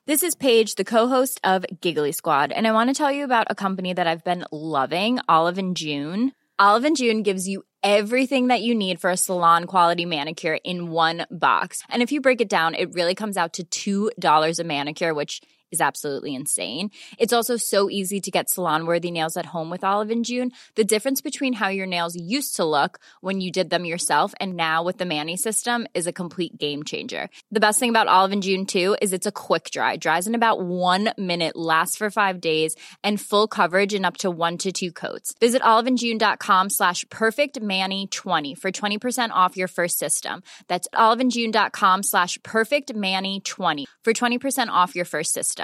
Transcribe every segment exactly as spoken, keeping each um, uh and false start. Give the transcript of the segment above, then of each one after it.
This is Paige, the co-host of Giggly Squad, and I want to tell you about a company that I've been loving, Olive and June. Olive and June gives you everything that you need for a salon-quality manicure in one box. And if you break it down, it really comes out to two dollars a manicure, which is absolutely insane. It's also so easy to get salon-worthy nails at home with Olive and June. The difference between how your nails used to look when you did them yourself and now with the Mani system is a complete game changer. The best thing about Olive and June, too, is it's a quick dry. Dries in about one minute, lasts for five days, and full coverage in up to one to two coats. Visit oliveandjune.com slash perfectmani20 for twenty percent off your first system. That's oliveandjune.com slash perfectmani20 for twenty percent off your first system.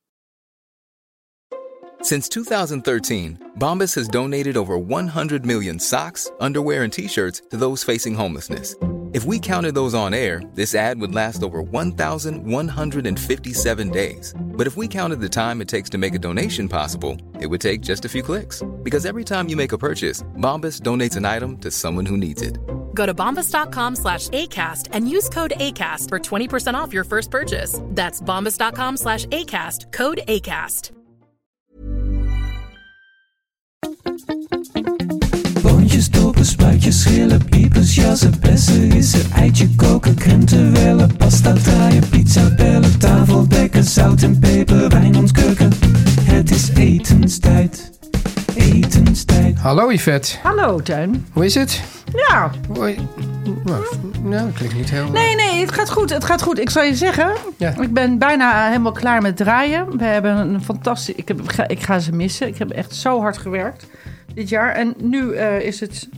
Since two thousand thirteen, Bombas has donated over one hundred million socks, underwear, and T-shirts to those facing homelessness. If we counted those on air, this ad would last over one thousand one hundred fifty-seven days. But if we counted the time it takes to make a donation possible, it would take just a few clicks. Because every time you make a purchase, Bombas donates an item to someone who needs it. Go to bombas.com slash ACAST and use code ACAST for twenty percent off your first purchase. That's bombas.com slash ACAST, code ACAST. Boontjes, dopen, spuitjes, schillen, piepers, jassen, bessen, rissen, eitje koken, krenten wellen, pasta draaien, pizza bellen, tafel dekken, zout en peper, wijn ontkurken. Het is etenstijd, etenstijd. Hallo Yvette. Hallo Teun. Hoe is het? Ja. Hoi. Nou, nou, dat klinkt niet heel... Nee, nee, het gaat goed. Het gaat goed. Ik zal je zeggen, ja. Ik ben bijna helemaal klaar met draaien. We hebben een fantastisch... Ik, heb, ik ga ze missen. Ik heb echt zo hard gewerkt dit jaar. En nu uh, is het...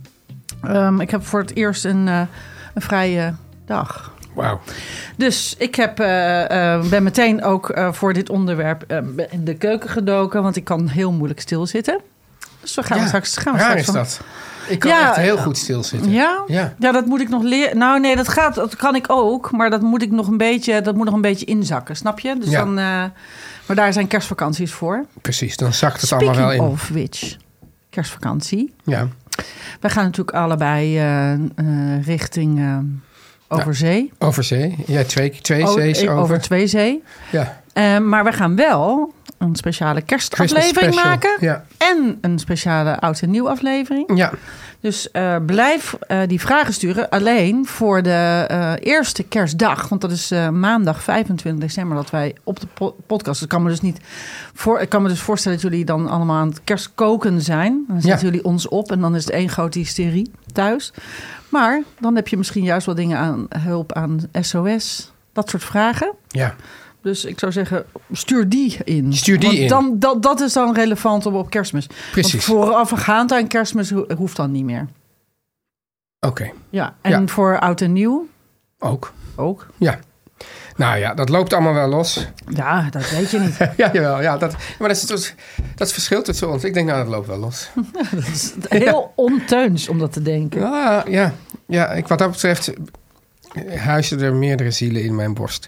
Um, ik heb voor het eerst een, uh, een vrije dag. Wauw. Dus ik heb, uh, uh, ben meteen ook uh, voor dit onderwerp uh, in de keuken gedoken. Want ik kan heel moeilijk stilzitten. Dus we gaan ja, straks... Gaan we raar straks is van... dat. Ik kan ja, echt heel goed stilzitten. Ja? ja? Ja, dat moet ik nog leren. Nou nee, dat gaat, dat kan ik ook. Maar dat moet ik nog een beetje, dat moet nog een beetje inzakken, snap je? Dus ja. dan, uh, maar daar zijn kerstvakanties voor. Precies, dan zakt het Speaking allemaal wel in. of which, kerstvakantie. Ja. Wij gaan natuurlijk allebei uh, uh, richting uh, Overzee. Ja, Overzee. Ja, twee, twee zees o- over. Over twee zee. Ja. Uh, maar we gaan wel een speciale kerstaflevering maken. Ja. En een speciale oud en nieuw aflevering. Ja. Dus uh, blijf uh, die vragen sturen. Alleen voor de uh, eerste kerstdag. Want dat is uh, maandag vijfentwintig december dat wij op de po- podcast... Ik kan me dus niet voor, ik kan me dus voorstellen dat jullie dan allemaal aan het kerstkoken zijn. Dan zetten ja. jullie ons op en dan is het één grote hysterie thuis. Maar dan heb je misschien juist wel dingen aan hulp aan S O S. Dat soort vragen. Ja. Dus ik zou zeggen, stuur die in. Stuur die Want in. Dan, dat, dat is dan relevant op, op Kerstmis. Precies. Want voorafgaand aan Kerstmis ho- hoeft dan niet meer. Oké. Okay. Ja, en ja. voor oud en nieuw? Ook. Ook. Ja. Nou ja, dat loopt allemaal wel los. Ja, dat weet je niet. ja, jawel. Ja, dat, maar dat, is, dat verschilt tussen ons. Ik denk, nou, dat loopt wel los. Dat is heel ja. onteuns om dat te denken. Ja, ja. ja ik, wat dat betreft huizen er meerdere zielen in mijn borst.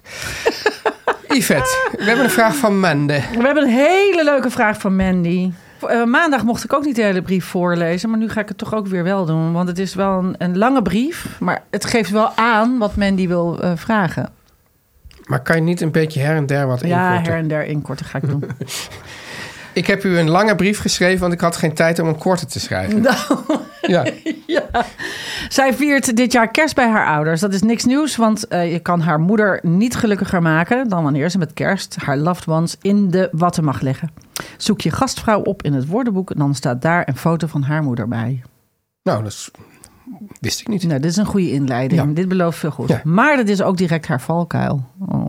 Yvette, we hebben een vraag van Mende. We hebben een hele leuke vraag van Mandy. Uh, maandag mocht ik ook niet de hele brief voorlezen, maar nu ga ik het toch ook weer wel doen. Want het is wel een, een lange brief, maar het geeft wel aan wat Mandy wil uh, vragen. Maar kan je niet een beetje her en der wat inkorten? Ja, her en der inkorten ga ik doen. Ik heb u een lange brief geschreven, want ik had geen tijd om een korte te schrijven. Nou, ja. ja. Zij viert dit jaar kerst bij haar ouders. Dat is niks nieuws, want uh, je kan haar moeder niet gelukkiger maken dan wanneer ze met kerst haar loved ones in de watten mag leggen. Zoek je gastvrouw op in het woordenboek en dan staat daar een foto van haar moeder bij. Nou, dat is, wist ik niet. Nou, dit is een goede inleiding. Ja. Dit belooft veel goed. Ja. Maar dat is ook direct haar valkuil. Oh.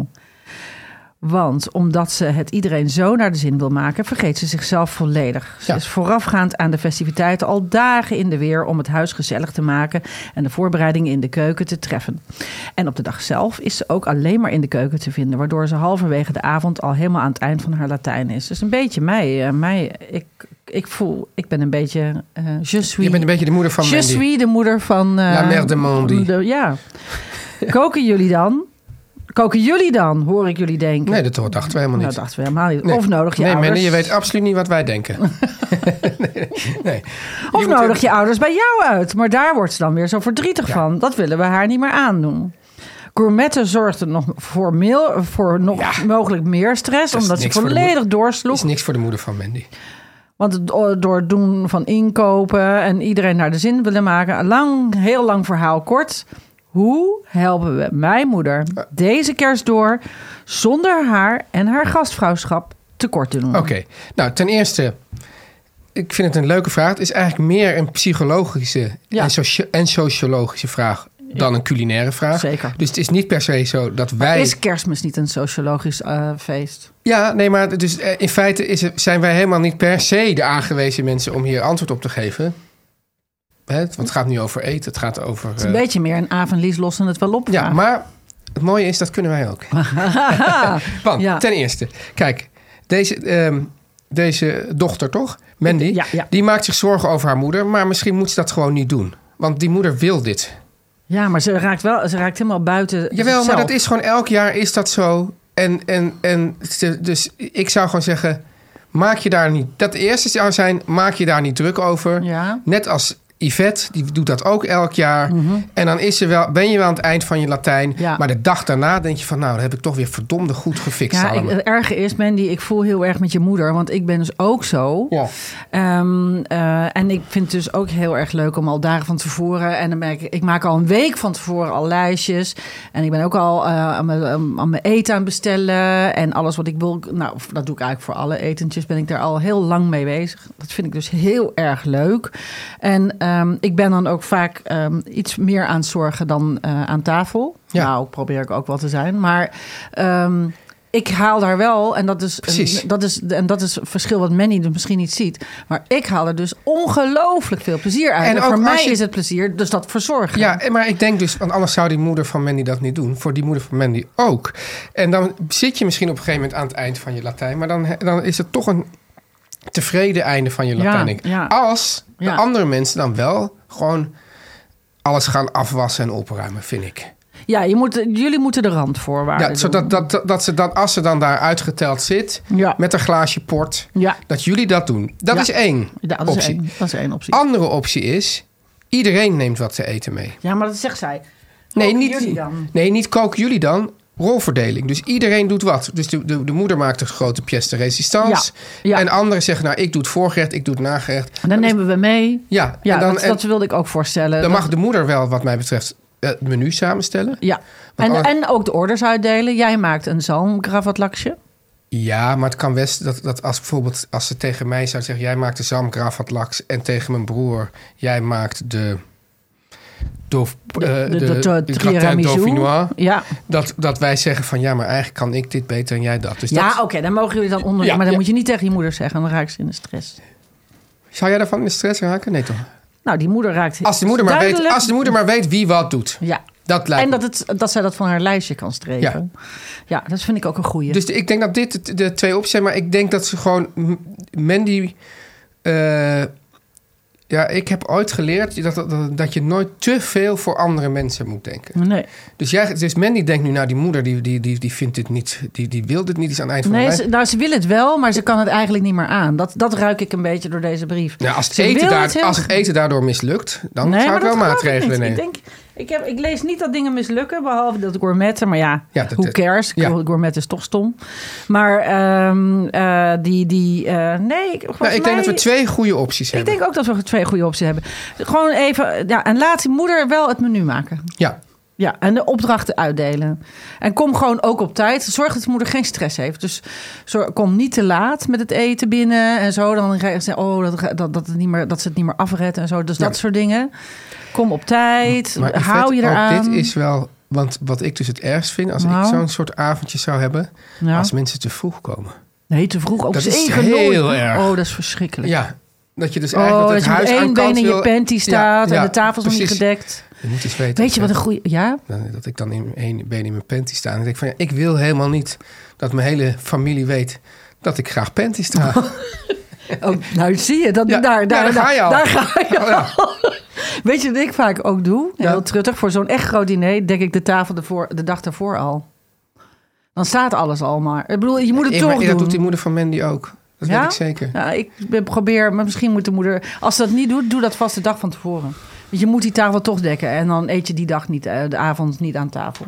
Want omdat ze het iedereen zo naar de zin wil maken, vergeet ze zichzelf volledig. Ze ja. is voorafgaand aan de festiviteiten al dagen in de weer om het huis gezellig te maken en de voorbereidingen in de keuken te treffen. En op de dag zelf is ze ook alleen maar in de keuken te vinden, waardoor ze halverwege de avond al helemaal aan het eind van haar Latijn is. Dus een beetje mij. Uh, mij ik, ik voel, ik ben een beetje... Uh, je suis, Je bent een beetje de moeder van Je Mandy. suis de moeder van... Uh, La mère de Mandy. De, ja. Koken jullie dan? Koken jullie dan, hoor ik jullie denken? Nee, dat dachten we helemaal niet. Nou, dachten we helemaal niet. Nee. Of nodig je nee, ouders... Nee, je weet absoluut niet wat wij denken. nee, nee. Of je nodig moet... je ouders bij jou uit. Maar daar wordt ze dan weer zo verdrietig ja. van. Dat willen we haar niet meer aandoen. Gourmetten zorgde nog voor, meel, voor nog Ja. mogelijk meer stress, Dat is omdat ze niks voor de volledig moeder. doorsloeg. is niks voor de moeder van Mandy. Want het, door het doen van inkopen en iedereen naar de zin willen maken. Een lang, heel lang verhaal kort. Hoe helpen we mijn moeder deze kerst door zonder haar en haar gastvrouwschap tekort te doen? Oké, okay. Nou ten eerste, ik vind het een leuke vraag. Het is eigenlijk meer een psychologische Ja. en, soci- en sociologische vraag dan een culinaire vraag. Zeker. Dus het is niet per se zo dat wij... Is Kerstmis niet een sociologisch uh, feest? Ja, nee, maar dus, eh, in feite is het, zijn wij helemaal niet per se de aangewezen mensen om hier antwoord op te geven. Hè, want het gaat nu over eten, het gaat over... Het is een uh, beetje meer een avondlies lossen het wel op. Ja, maar het mooie is, dat kunnen wij ook. Want ja. ten eerste, kijk, deze, um, deze dochter toch, Mandy, ja, ja. die maakt zich zorgen over haar moeder, maar misschien moet ze dat gewoon niet doen. Want die moeder wil dit. Ja, maar ze raakt wel, ze raakt helemaal buiten. Jawel, zichzelf. Maar dat is gewoon elk jaar is dat zo. En, en, en dus ik zou gewoon zeggen, maak je daar niet... Dat eerste zou zijn, maak je daar niet druk over. Ja. Net als Yvette, die doet dat ook elk jaar. Mm-hmm. En dan is er wel, ben je wel aan het eind van je Latijn. Ja. Maar de dag daarna denk je van... nou, dat heb ik toch weer verdomde goed gefixt. Ja, ik, het erge is, Mandy, ik voel heel erg met je moeder. Want ik ben dus ook zo. Ja. Um, uh, en ik vind het dus ook heel erg leuk om al dagen van tevoren... en dan ben ik, ik maak al een week van tevoren al lijstjes. En ik ben ook al uh, aan, mijn, aan mijn eten aan het bestellen. En alles wat ik wil... Nou, dat doe ik eigenlijk voor alle etentjes. Ben ik daar al heel lang mee bezig. Dat vind ik dus heel erg leuk. En... Um, ik ben dan ook vaak um, iets meer aan het zorgen dan uh, aan tafel. Ja. Nou, probeer ik ook wel te zijn. Maar um, ik haal daar wel, en dat is, een, dat is, en dat is een verschil wat Manny dus misschien niet ziet. Maar ik haal er dus ongelooflijk veel plezier uit. En, en voor mij je... is het plezier, dus dat verzorgen. Ja, maar ik denk dus, want anders zou die moeder van Mandy dat niet doen. Voor die moeder van Mandy ook. En dan zit je misschien op een gegeven moment aan het eind van je Latijn. Maar dan, dan is het toch een tevreden einde van je Latijn. Ja, ja. Als de ja. andere mensen dan wel gewoon alles gaan afwassen en opruimen, vind ik. Ja, je moet, jullie moeten de randvoorwaarden ja, zodat dat, dat, dat ze dan, als ze dan daar uitgeteld zit... Ja. met een glaasje port, ja. dat jullie dat doen. Dat ja. is één ja, dat optie. Is één, dat is één optie. Andere optie is... iedereen neemt wat te eten mee. Ja, maar dat zegt zij. Nee, koken niet, jullie dan? Nee, niet koken jullie dan. Rolverdeling. Dus iedereen doet wat. Dus de, de, de moeder maakt een grote pièce de résistance. Ja, ja. En anderen zeggen, nou, ik doe het voorgerecht, ik doe het nagerecht. En dan dat nemen is, we mee. Ja, ja en dan, dat, dat wilde ik ook voorstellen. Dan dat... mag de moeder wel, wat mij betreft, het menu samenstellen. Ja, en, anders... en ook de orders uitdelen. Jij maakt een zalmgravatlaksje. Ja, maar het kan best dat, dat als bijvoorbeeld... als ze tegen mij zou zeggen, jij maakt de zalmgravatlaks... en tegen mijn broer, jij maakt de... Dof, uh, de, de, de, de, de gratin dauphinois. Ja. Dat, dat wij zeggen van ja, maar eigenlijk kan ik dit beter en jij dat. Dus ja, oké, okay, dan mogen jullie dan onder. Ja, maar dan ja. moet je niet tegen je moeder zeggen, dan raakt ze in de stress. Zou jij daarvan in de stress raken? Nee toch? Nou, die moeder raakt... Als de moeder maar, weet, als de moeder maar weet wie wat doet. Ja. Dat lijkt en dat, het, dat zij dat van haar lijstje kan streven. Ja, ja dat vind ik ook een goeie. Dus de, ik denk dat dit de twee opties zijn, maar ik denk dat ze gewoon Mandy... Uh, Ja, ik heb ooit geleerd dat, dat, dat je nooit te veel voor andere mensen moet denken. Nee. Dus, jij, dus Mandy denkt nu, nou die moeder die, die, die, die vindt dit niet, die, die wil dit niet, die is aan het eind van nee, de lijn. Ze, nou, ze wil het wel, maar ze kan het eigenlijk niet meer aan. Dat, dat ruik ik een beetje door deze brief. Ja, als, het eten daar, het als het eten daardoor mislukt, dan nee, zou ik wel maatregelen nemen. Ik denk... Ik, heb, ik lees niet dat dingen mislukken, behalve dat gourmetten. Maar ja, ja who cares? Ja. Gourmet is toch stom. Maar um, uh, die... die uh, nee, ik, nou, ik mij, denk dat we twee goede opties ik hebben. Ik denk ook dat we twee goede opties hebben. Gewoon even... Ja, en laat die moeder wel het menu maken. Ja. Ja, en de opdrachten uitdelen. En kom gewoon ook op tijd. Zorg dat de moeder geen stress heeft. Dus zorg, kom niet te laat met het eten binnen en zo. Dan ga je zeggen, oh, dat, dat, dat, het niet meer, dat ze het niet meer afredt en zo. Dus ja. dat soort dingen. Kom op tijd. Maar hou je eraan. Dit is wel... Want wat ik dus het ergst vind... als nou. ik zo'n soort avondje zou hebben... Ja. als mensen te vroeg komen. Nee, te vroeg. Ook dat is heel nooit. erg. Oh, dat is verschrikkelijk. Ja, dat je dus eigenlijk oh, het dat huis je aan één been in wil... je panty staat... Ja, en ja, de tafel is nog niet gedekt. Je moet eens weten. Weet je wat een goede... Ja? Dat ik dan in één been in mijn panty sta. En ik denk van... Ja, ik wil helemaal niet dat mijn hele familie weet... dat ik graag panties draag. Oh, nou, zie je. Dat, ja, daar, daar, ja, daar ga je al. Daar ga je al. Ja. Weet je wat ik vaak ook doe? Heel ja. truttig. Voor zo'n echt groot diner dek ik de tafel ervoor, de dag daarvoor al. Dan staat alles al maar. Ik bedoel, je moet het ik, toch maar, doen. Dat doet die moeder van Mandy ook. Dat ja? weet ik zeker. Ja, ik probeer, maar misschien moet de moeder... Als ze dat niet doet, doe dat vast de dag van tevoren. Want je moet die tafel toch dekken. En dan eet je die dag niet, de avond niet aan tafel.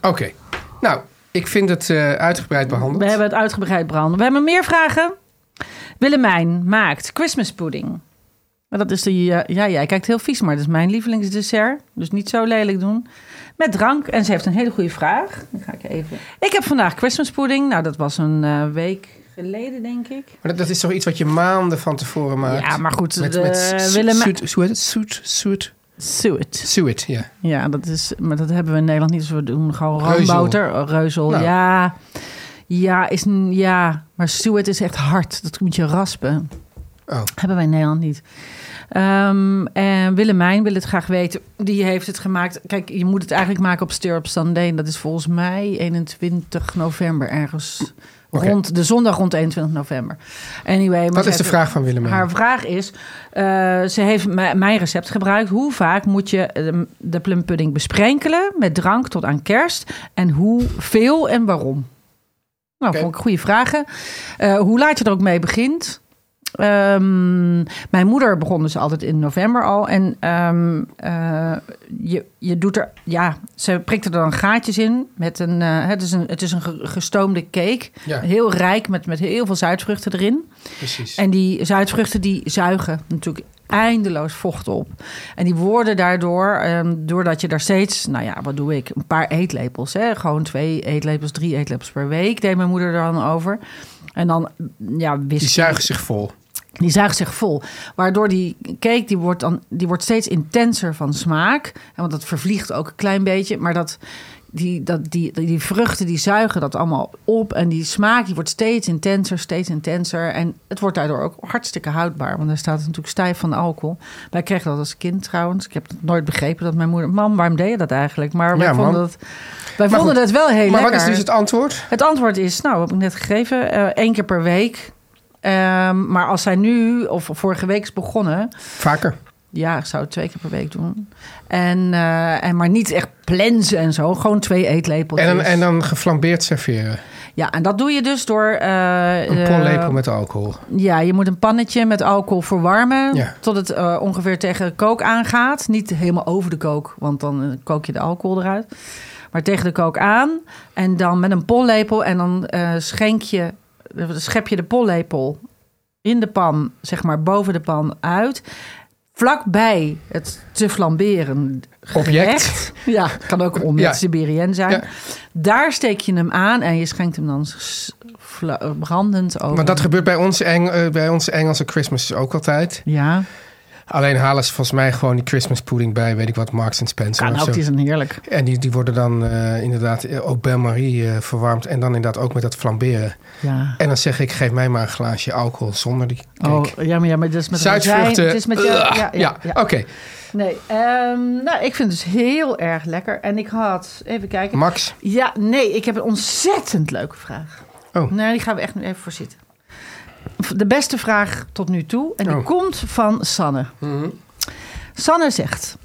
Oké. Okay. Nou, ik vind het uh, uitgebreid behandeld. We hebben het uitgebreid behandeld. We hebben meer vragen. Willemijn maakt Christmas pudding. Dat is de, uh, ja, jij kijkt heel vies, maar dat is mijn lievelingsdessert. Dus niet zo lelijk doen. Met drank. En ze heeft een hele goede vraag. Dan ga ik even. Ik heb vandaag Christmas pudding. Nou, dat was een uh, week geleden, denk ik. Maar dat, dat is toch iets wat je maanden van tevoren maakt? Ja, maar goed. Met, de, met Willemijn... Suet, suet, suet. Suet. Suet, ja. Ja, dat is, maar dat hebben we in Nederland niet. Dus we doen gewoon roomboter. Reuzel, nou. ja. Ja, is, ja, maar suet is echt hard. Dat moet je raspen. Oh. Hebben wij in Nederland niet. Um, en Willemijn wil het graag weten. Die heeft het gemaakt. Kijk, je moet het eigenlijk maken op Stir-up Sunday. En dat is volgens mij eenentwintig november ergens. Okay. Rond de zondag rond eenentwintig november. Anyway, wat is de vraag van Willemijn? Haar vraag is, uh, ze heeft m- mijn recept gebruikt. Hoe vaak moet je de, de plumpudding besprenkelen met drank tot aan kerst? En hoeveel en waarom? Nou, okay. Vond ik goede vragen. Uh, hoe laat je er ook mee begint? Um, mijn moeder begon dus altijd in november al. En um, uh, je, je doet er... Ja, ze prikt er dan gaatjes in. Met een, uh, het, is een, het is een gestoomde cake. Ja. Heel rijk met, met heel veel zuidvruchten erin. Precies. En die zuidvruchten die zuigen natuurlijk eindeloos vocht op. En die worden daardoor... Um, doordat je daar steeds... Nou ja, wat doe ik? Een paar eetlepels. Hè? Gewoon twee eetlepels, drie eetlepels per week. Deed mijn moeder er dan over. En dan... ja, wist die zuigen zich vol. Die zuigt zich vol. Waardoor die cake, die wordt, dan, die wordt steeds intenser van smaak. Want dat vervliegt ook een klein beetje. Maar dat, die, dat, die, die vruchten, die zuigen dat allemaal op. En die smaak, die wordt steeds intenser, steeds intenser. En het wordt daardoor ook hartstikke houdbaar. Want daar staat het natuurlijk stijf van de alcohol. Wij kregen dat als kind trouwens. Ik heb het nooit begrepen dat mijn moeder... Mam, waarom deed je dat eigenlijk? Maar wij ja, vonden, het, wij vonden goed, het wel heel maar lekker. Maar wat is dus het antwoord? Het antwoord is, nou, wat heb ik net gegeven. Uh, één keer per week... Um, maar als zij nu, of vorige week is begonnen... Vaker? Ja, ik zou het twee keer per week doen. En, uh, en maar niet echt plensen en zo. Gewoon twee eetlepeltjes. En, en dan geflambeerd serveren? Ja, en dat doe je dus door... Uh, een pollepel uh, met alcohol? Ja, je moet een pannetje met alcohol verwarmen... Ja. Tot het uh, ongeveer tegen de kook aangaat. Niet helemaal over de kook, want dan uh, kook je de alcohol eruit. Maar tegen de kook aan. En dan met een pollepel en dan uh, schenk je... schep je de pollepel in de pan, zeg maar boven de pan uit. Vlakbij het te flamberen object. Ja, kan ook om ja. Siberiën zijn. Ja. Daar steek je hem aan en je schenkt hem dan brandend over. Maar dat gebeurt bij onze, Eng- bij onze Engelse Christmas ook altijd. Ja. Alleen halen ze volgens mij gewoon die Christmas pudding bij, weet ik wat, Marks and Spencer. Kan ook, die zijn heerlijk. En die, die worden dan uh, inderdaad ook bain-marie uh, verwarmd. En dan inderdaad ook met dat flamberen. Ja. En dan zeg ik, geef mij maar een glaasje alcohol zonder die cake. Oh, ja, maar, ja, maar dat is met Zuidvruchten. Het is met jou, ja, ja, ja, ja. oké. Okay. Nee, um, nou, ik vind het dus heel erg lekker. En ik had, even kijken. Max? Ja, nee, ik heb een ontzettend leuke vraag. Oh. Nee, die gaan we echt nu even voor zitten. De beste vraag tot nu toe. En die oh. komt van Sanne. Mm-hmm. Sanne zegt...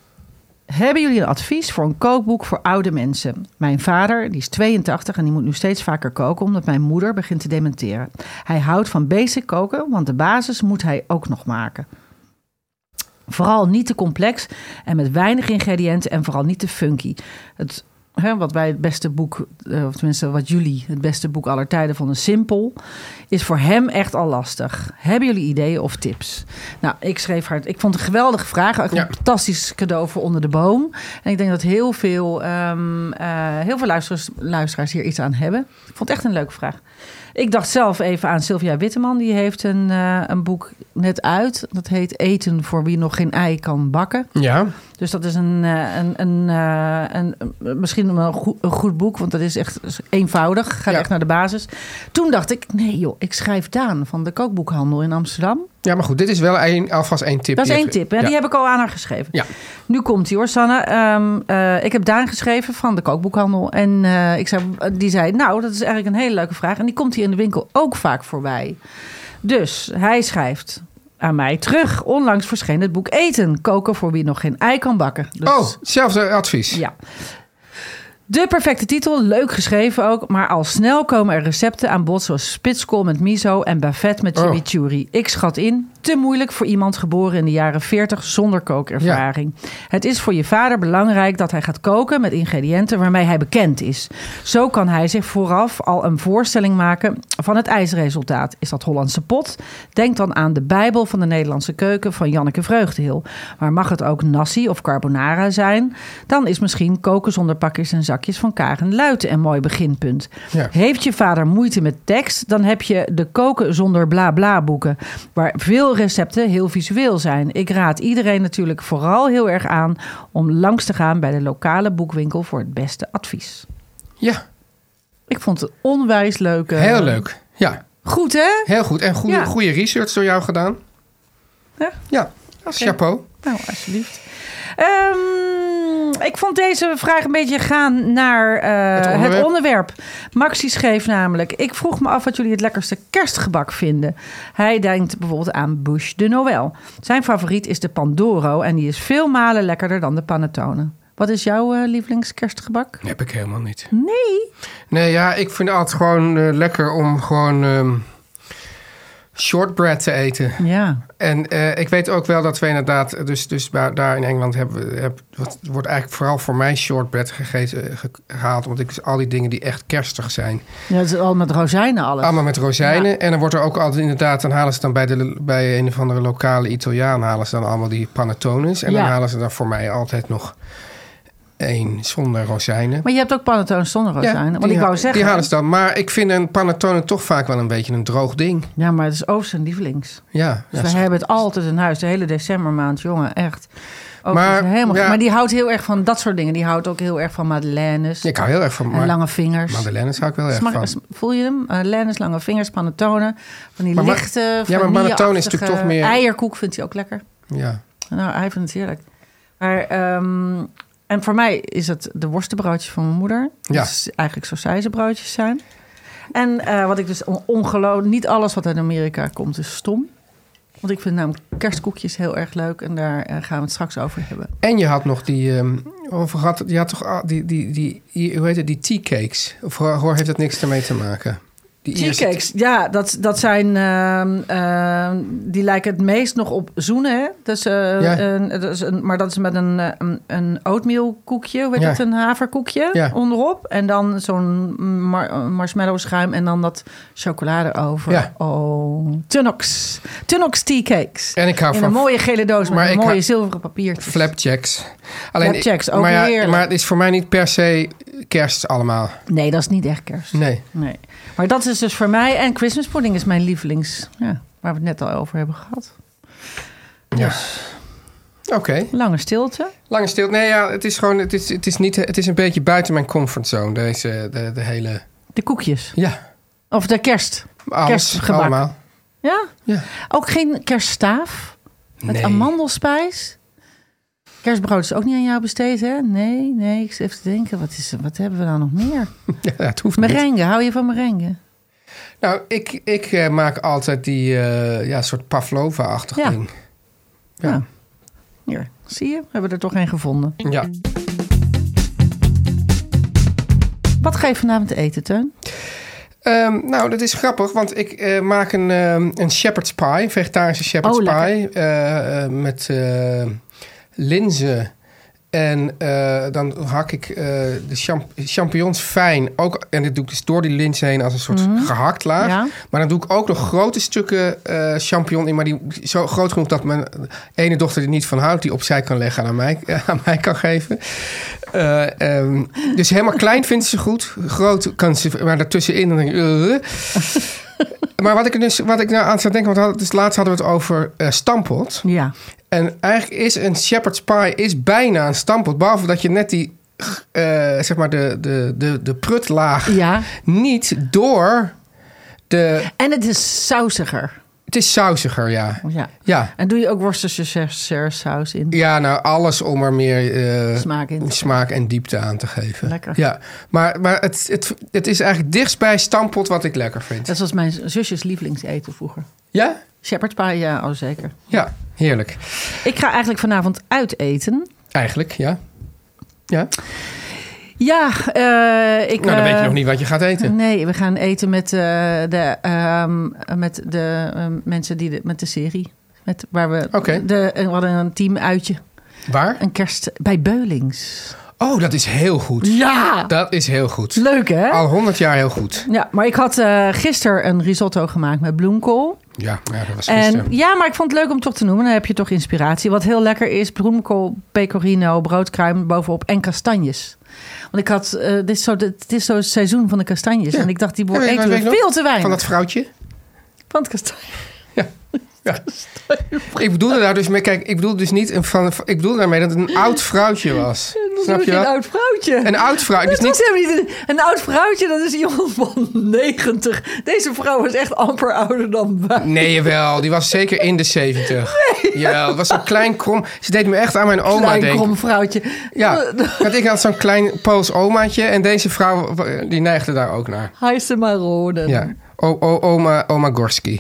Hebben jullie een advies voor een kookboek voor oude mensen? Mijn vader, die is tweeëntachtig en die moet nu steeds vaker koken... omdat mijn moeder begint te dementeren. Hij houdt van basic koken, want de basis moet hij ook nog maken. Vooral niet te complex en met weinig ingrediënten en vooral niet te funky. Het... He, wat wij het beste boek, of tenminste wat jullie het beste boek aller tijden vonden, simpel, is voor hem echt al lastig. Hebben jullie ideeën of tips? Nou, ik schreef haar, ik vond het een geweldige vraag, ook ja. een fantastisch cadeau voor onder de boom. En ik denk dat heel veel, um, uh, heel veel luisteraars, luisteraars hier iets aan hebben. Ik vond het echt een leuke vraag. Ik dacht zelf even aan Sylvia Witteman. Die heeft een, uh, een boek net uit. Dat heet Eten voor wie nog geen ei kan bakken. Ja. Dus dat is een, een, een, een, een misschien wel een goed, een goed boek. Want dat is echt eenvoudig. Gaat ja. echt naar de basis. Toen dacht ik, nee joh, ik schrijf Daan van de kookboekhandel in Amsterdam. Ja, maar goed, dit is wel een, alvast één tip. Dat is één even, tip, hè? Ja. Die heb ik al aan haar geschreven. Ja. Nu komt hij hoor, Sanne. Um, uh, ik heb Daan geschreven van de kookboekhandel. En uh, ik zei, die zei, nou, dat is eigenlijk een hele leuke vraag. En die komt hier in de winkel ook vaak voorbij. Dus hij schrijft aan mij terug. Onlangs verscheen het boek Eten. Koken voor wie nog geen ei kan bakken. Dus, oh, zelfde advies. Ja. De perfecte titel, leuk geschreven ook, maar al snel komen er recepten aan bod zoals spitskool met miso en bavette met chimichurri. Oh. Ik schat in te moeilijk voor iemand geboren in de jaren veertig zonder kookervaring. Ja. Het is voor je vader belangrijk dat hij gaat koken met ingrediënten waarmee hij bekend is. Zo kan hij zich vooraf al een voorstelling maken van het eindresultaat. Is dat Hollandse pot? Denk dan aan de Bijbel van de Nederlandse keuken van Janneke Vreugdehil. Maar mag het ook nasi of carbonara zijn? Dan is misschien koken zonder pakjes en zakjes van Karen Luiten een mooi beginpunt. Ja. Heeft je vader moeite met tekst, dan heb je de koken zonder bla bla boeken, waar veel recepten heel visueel zijn. Ik raad iedereen natuurlijk vooral heel erg aan om langs te gaan bij de lokale boekwinkel voor het beste advies. Ja. Ik vond het onwijs leuk. Heel leuk, ja. Goed, hè? Heel goed. En goede, ja. goede research door jou gedaan. Ja? Ja, okay. Chapeau. Nou, alsjeblieft. Um, ik vond deze vraag een beetje gaan naar uh, het, onderwerp. het onderwerp. Maxi schreef namelijk: ik vroeg me af wat jullie het lekkerste kerstgebak vinden. Hij denkt bijvoorbeeld aan Bûche de Noël. Zijn favoriet is de Pandoro en die is veel malen lekkerder dan de panettone. Wat is jouw uh, lievelingskerstgebak? Heb ik helemaal niet. Nee? Nee, ja, ik vind het altijd gewoon uh, lekker om gewoon um, shortbread te eten. Ja. En uh, ik weet ook wel dat we inderdaad, dus, dus daar in Engeland hebben, heb, wordt eigenlijk vooral voor mij shortbread gegeten, ge, gehaald. Omdat ik al die dingen die echt kerstig zijn. Ja, het is al met rozijnen alles. Allemaal met rozijnen. Ja. En dan wordt er ook altijd inderdaad, dan halen ze dan bij, de, bij een of andere lokale Italiaan, halen ze dan allemaal die panettones. En ja. dan halen ze dan voor mij altijd nog één zonder rozijnen. Maar je hebt ook panettone zonder rozijnen. Ja, want ik wou zeggen, die halen ze dan. Maar ik vind een panettone toch vaak wel een beetje een droog ding. Ja, maar het is ook zijn lievelings. Ja. Dus ja, we hebben het altijd in huis. De hele decembermaand, jongen, echt. Ook maar, helemaal, ja. maar die houdt heel erg van dat soort dingen. Die houdt ook heel erg van madeleines. Ik hou heel erg van. Maar, en lange vingers. Madeleines hou ik wel erg Smak, van. Voel je hem? Madeleines, lange vingers, panettone. Van die maar, lichte, ja, maar panettone is natuurlijk toch meer eierkoek vindt hij ook lekker. Ja. Nou, hij vindt het heerlijk. Maar um, en voor mij is het de worstenbroodjes van mijn moeder. Ja. Dus eigenlijk sausijzenbroodjes zijn. En uh, wat ik dus ongeloof, niet alles wat uit Amerika komt is stom. Want ik vind namelijk kerstkoekjes heel erg leuk. En daar uh, gaan we het straks over hebben. En je had nog die, um, over had, je had toch die, die, die, die, hoe heet het, die tea cakes? Of hoor, heeft dat niks ermee te maken? Die tea cakes, ja, dat, dat zijn, uh, uh, die lijken het meest nog op zoenen, hè? Dus, uh, ja. een, dat is een, maar dat is met een, een, een oatmeal koekje, hoe heet ja. het, een haverkoekje ja. onderop. En dan zo'n mar- marshmallow schuim en dan dat chocolade over. Ja. Oh, Tunnock's. Tunnock's tea cakes. En ik hou In van een mooie gele doos met een mooie zilveren papiertjes. Flapjacks. Alleen, Flapjacks, ook maar, ja, heerlijk. maar het is voor mij niet per se kerst allemaal. Nee, dat is niet echt kerst. Nee. nee. Maar dat is dus voor mij. En Christmas pudding is mijn lievelings. Ja, waar we het net al over hebben gehad. Ja. Dus, Oké. Okay. Lange stilte. Lange stilte. Nee, ja, het is gewoon. Het is, het is, niet, het is een beetje buiten mijn comfortzone. Deze, de, de hele. De koekjes. Ja. Of de kerst. Alles, kerstgebak. Allemaal. Ja? Ja. Ook geen kerststaaf? Met nee. amandelspijs? Kerstbrood is ook niet aan jou besteed, hè? Nee, nee. Ik zit even te denken, wat, is, wat hebben we nou nog meer? Ja, het hoeft merengue, niet. Hou je van merengue? Nou, ik, ik uh, maak altijd die uh, ja, soort Pavlova-achtig ja. ding. Ja. ja. Hier, zie je? We hebben er toch een gevonden. Ja. Wat ga je vanavond te eten, Teun? Um, nou, dat is grappig, want ik uh, maak een, um, een shepherd's pie, vegetarische shepherd's oh, pie. Uh, uh, met uh, linzen. En uh, dan hak ik uh, de champ- champignons fijn. Ook, en dit doe ik dus door die linzen heen als een soort mm-hmm. gehakt laag. Ja. Maar dan doe ik ook nog grote stukken uh, champignon in. Maar die zo groot genoeg dat mijn ene dochter er niet van houdt. Die opzij kan leggen en aan mij, uh, aan mij kan geven. Uh, um, dus helemaal klein vindt ze goed. Groot kan ze, maar daartussenin dan denk ik... Uh, maar wat ik, dus, wat ik nou aan zou denken... want dus laatst hadden we het over uh, stampot. Ja. En eigenlijk is een shepherd's pie is bijna een stampot. Behalve dat je net die, uh, zeg maar, de, de, de, de prutlaag ja. niet door de... En het is sausiger. Het is sausiger, ja. ja. ja. En doe je ook Worcestershire saus in? Ja, nou, alles om er meer uh, smaak, in smaak en diepte aan te geven. Lekker. Ja, maar, maar het, het, het is eigenlijk dichtstbij stampot wat ik lekker vind. Dat was mijn zusjes lievelingseten vroeger. Ja? Shepherd's pie, ja, oh zeker. Ja, heerlijk. Ik ga eigenlijk vanavond uit eten. Eigenlijk, ja. Ja. Ja, uh, ik... Nou, dan uh, weet je nog niet wat je gaat eten. Nee, we gaan eten met, uh, de, uh, met de uh, mensen die de, met de serie. Met, waar we, okay. de, we hadden een teamuitje. Waar? Een kerst bij Beulings. Oh, dat is heel goed. Ja! Dat is heel goed. Leuk, hè? Al honderd jaar heel goed. Ja, maar ik had uh, gisteren een risotto gemaakt met bloemkool. Ja, ja, dat was gisteren. En, ja, maar ik vond het leuk om toch te noemen. Dan heb je toch inspiratie. Wat heel lekker is, bloemkool, pecorino, broodkruim bovenop en kastanjes. Want ik had, uh, dit is zo, het is zo het seizoen van de kastanjes. Ja. En ik dacht, die wordt eten we veel te weinig. Van dat vrouwtje? Van het kastanje. Ja. Ja. Ik bedoelde daar dus mee, kijk, ik bedoelde dus niet een van, ik bedoelde daarmee dat het een oud vrouwtje was. Dat Snap je wel? Een oud vrouwtje. Een oud vrouwtje. Dat dus was niet... helemaal niet een, een oud vrouwtje, dat is iemand van negentig. Deze vrouw is echt amper ouder dan wij. Nee, jawel, die was zeker in de zeventig. Nee. Ja, het was zo'n klein krom. Ze deed me echt aan mijn oma klein denken. Klein krom vrouwtje. Ja, want ik had zo'n klein Pools omaatje en deze vrouw die neigde daar ook naar. Heisse Maronen. Ja, o, o, oma, oma Gorski.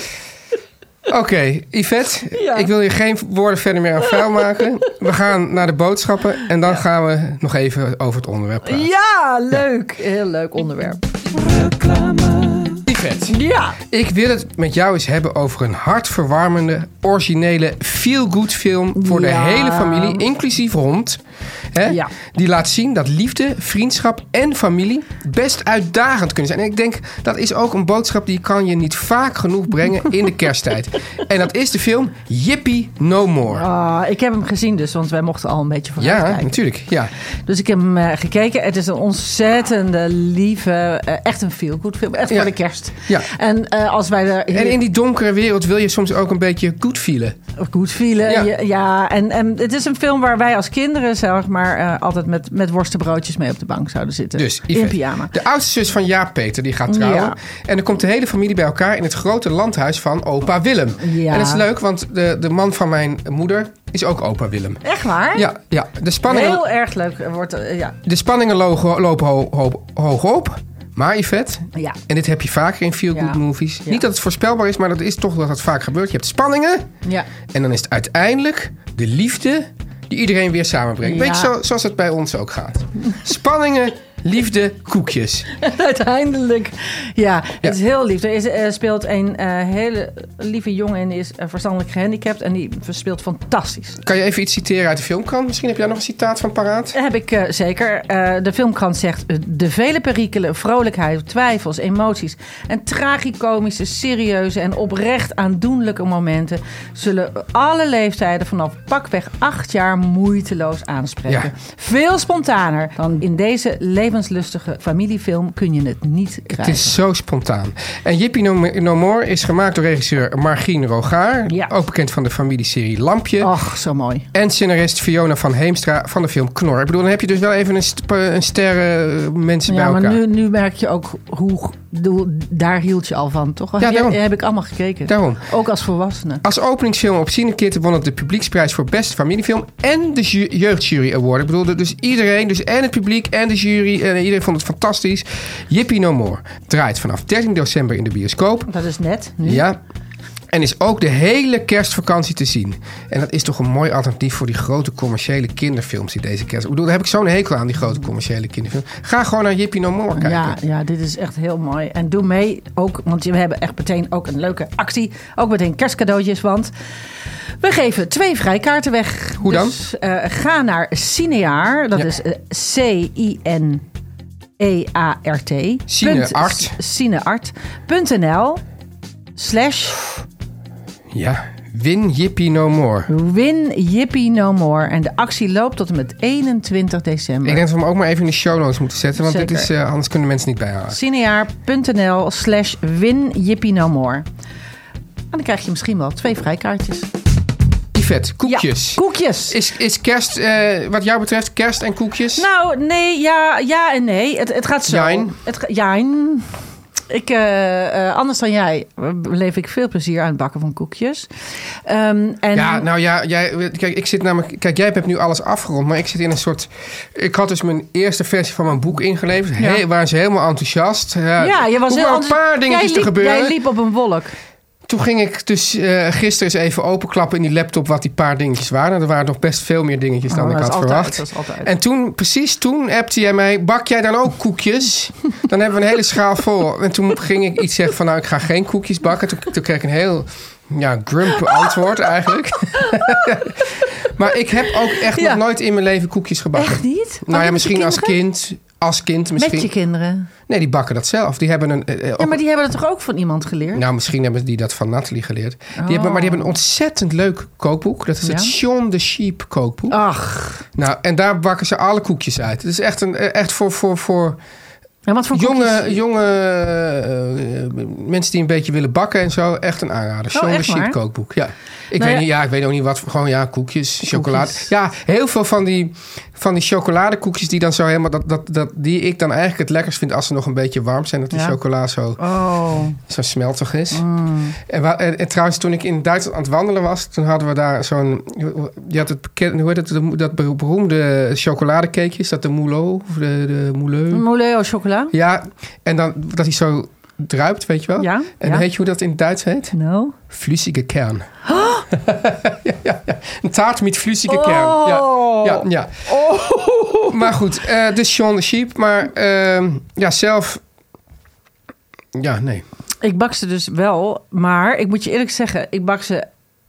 Oké, okay, Yvette, ja. Ik wil je geen woorden verder meer aan vuil maken. We gaan naar de boodschappen en dan ja. gaan we nog even over het onderwerp praten. Ja, leuk. Ja. Heel leuk onderwerp. Reclame. Yvette, ja. Ik wil het met jou eens hebben over een hartverwarmende, originele, feel-good film voor ja. de hele familie, inclusief hond. Hè? Ja. Die laat zien dat liefde, vriendschap en familie best uitdagend kunnen zijn. En ik denk, dat is ook een boodschap die kan je niet vaak genoeg brengen in de kersttijd. En dat is de film Yippie No More. Oh, ik heb hem gezien dus, want wij mochten al een beetje vooruit ja, kijken. Ja, natuurlijk. Ja. Dus ik heb hem uh, gekeken. Het is een ontzettende, lieve, uh, echt een feel-good film. Echt ja. voor de kerst. Ja. En, uh, als wij er hier... en in die donkere wereld wil je soms ook een beetje goed vielen. Goed vielen, ja. ja, ja. En, en het is een film waar wij als kinderen, zeg maar, uh, altijd met, met worstenbroodjes mee op de bank zouden zitten. Dus, in Yvette, pyjama. De oudste zus van Jaap Peter, die gaat trouwen. Ja. En dan komt de hele familie bij elkaar in het grote landhuis van opa Willem. Ja. En dat is leuk, want de, de man van mijn moeder is ook opa Willem. Echt waar? Ja, ja. De spanningen, heel erg leuk. Wordt, uh, ja. De spanningen lopen, lopen ho, ho, hoog op. Maar Yvette, ja. en dit heb je vaker in feel-good ja. movies. Ja. Niet dat het voorspelbaar is, maar dat is toch dat het vaak gebeurt. Je hebt spanningen. Ja. En dan is het uiteindelijk de liefde die iedereen weer samenbrengt. Ja. Weet je, zo, zoals het bij ons ook gaat. Spanningen, liefde, koekjes. Uiteindelijk, ja, het ja. is heel lief. Er is, uh, speelt een uh, hele lieve jongen en die is uh, verstandelijk gehandicapt en die speelt fantastisch. Kan je even iets citeren uit de filmkrant? Misschien heb jij nog een citaat van paraat? Heb ik uh, zeker. Uh, de filmkrant zegt: de vele perikelen, vrolijkheid, twijfels, emoties en tragicomische, serieuze en oprecht aandoenlijke momenten zullen alle leeftijden vanaf pakweg acht jaar moeiteloos aanspreken. Ja. Veel spontaner dan in deze levenslustige familiefilm kun je het niet krijgen. Het is zo spontaan. En Yippie No, no More is gemaakt door regisseur Margien Rogaar. Ja. Ook bekend van de familieserie Lampje. Och, zo mooi. En scenarist Fiona van Heemstra van de film Knor. Ik bedoel, dan heb je dus wel even een, st- een sterren mensen ja, bij elkaar. Ja, maar nu, nu merk je ook hoe... Daar hield je al van, toch? Ja, daarom. Heb, heb ik allemaal gekeken. Daarom. Ook als volwassene. Als openingsfilm op Cinekit won het de publieksprijs voor beste familiefilm en de ju- jeugdjury award. Ik bedoel, dus iedereen, dus en het publiek en de jury, en iedereen vond het fantastisch. Yippie No More draait vanaf dertien december in de bioscoop. Dat is net, nu. Ja. En is ook de hele kerstvakantie te zien. En dat is toch een mooi alternatief voor die grote commerciële kinderfilms die deze kerst... Ik bedoel, daar heb ik zo'n hekel aan, die grote commerciële kinderfilms. Ga gewoon naar Yippie No More kijken. Ja, ja, dit is echt heel mooi. En doe mee ook, want we hebben echt meteen ook een leuke actie. Ook meteen kerstcadeautjes, want we geven twee vrijkaarten weg. Hoe dan? Dus uh, ga naar Cineaar. Dat ja. is uh, C I N E A R T. Cineart. Cineart punt n l slash... Ja, win Yippie No More. Win Yippie No More. En de actie loopt tot en met eenentwintig december. Ik denk dat we hem ook maar even in de show notes moeten zetten. Want dit is, uh, anders kunnen mensen niet bijhouden. Cineaar punt n l slash win Yippie No More. En dan krijg je misschien wel twee vrijkaartjes. Yvette, koekjes. Ja, koekjes. Is, is kerst, uh, wat jou betreft, kerst en koekjes? Nou, nee, ja, ja en nee. Het, het gaat zo. Jijn. Het, jijn. Ik, uh, uh, anders dan jij beleef ik veel plezier aan het bakken van koekjes. Um, en... Ja, nou ja, jij, kijk, ik zit namelijk, kijk, jij hebt nu alles afgerond, maar ik zit in een soort... Ik had dus mijn eerste versie van mijn boek ingeleverd. Ja. He, waren ze helemaal enthousiast. Ja, ja je was heel een paar dingetjes liep, te gebeuren. Jij liep op een wolk. Toen ging ik dus uh, gisteren eens even openklappen in die laptop wat die paar dingetjes waren. Er waren nog best veel meer dingetjes dan oh, ik had altijd, verwacht. Dat is altijd. En toen, precies toen, appte jij mij, bak jij dan ook koekjes? Dan hebben we een hele schaal vol. En toen ging ik iets zeggen van, nou, ik ga geen koekjes bakken. Toen, toen kreeg ik een heel ja, grump antwoord eigenlijk. Maar ik heb ook echt ja. nog nooit in mijn leven koekjes gebakken. Echt niet? Nou ja, misschien als kind... Als kind misschien. Met je kinderen? Nee, die bakken dat zelf. Die hebben een, uh, ja, maar die hebben het toch ook van iemand geleerd? Nou, misschien hebben die dat van Nathalie geleerd. Oh. Die hebben, maar die hebben een ontzettend leuk kookboek. Dat is ja? het Shaun the Sheep kookboek. Ach. Nou, en daar bakken ze alle koekjes uit. Het is echt, een, echt voor... voor, voor en wat voor jonge jonge uh, mensen die een beetje willen bakken en zo. Echt een aanrader. Shaun oh, the Sheep kookboek. Ja. Ik, nou, weet ja. Niet, ja, ik weet ook niet wat voor... Gewoon ja, koekjes, koekjes, chocolade. Ja, heel veel van die, van die chocoladekoekjes die dan zo helemaal... Dat, dat, dat, die ik dan eigenlijk het lekkerst vind als ze nog een beetje warm zijn. Dat die ja. chocola zo, oh. zo smeltig is. Mm. En, en, en trouwens, toen ik in Duitsland aan het wandelen was... Toen hadden we daar zo'n... Je had het bekend, hoe heet het? Dat beroemde chocoladecakeje. Is dat de Moulot? Of de, de Mouleux? Mouleux au chocola? Ja, en dan dat hij zo druipt, weet je wel? Ja. En ja. weet je hoe dat in het Duits heet? No. Flüssige Kern. Oh. ja, ja, ja. Een taart met flüssige oh. kern. Ja, ja, ja. Oh. Maar goed, uh, dus Shaun the Sheep. Maar uh, ja, zelf... Ja, nee. Ik bak ze dus wel, maar ik moet je eerlijk zeggen... ik bak ze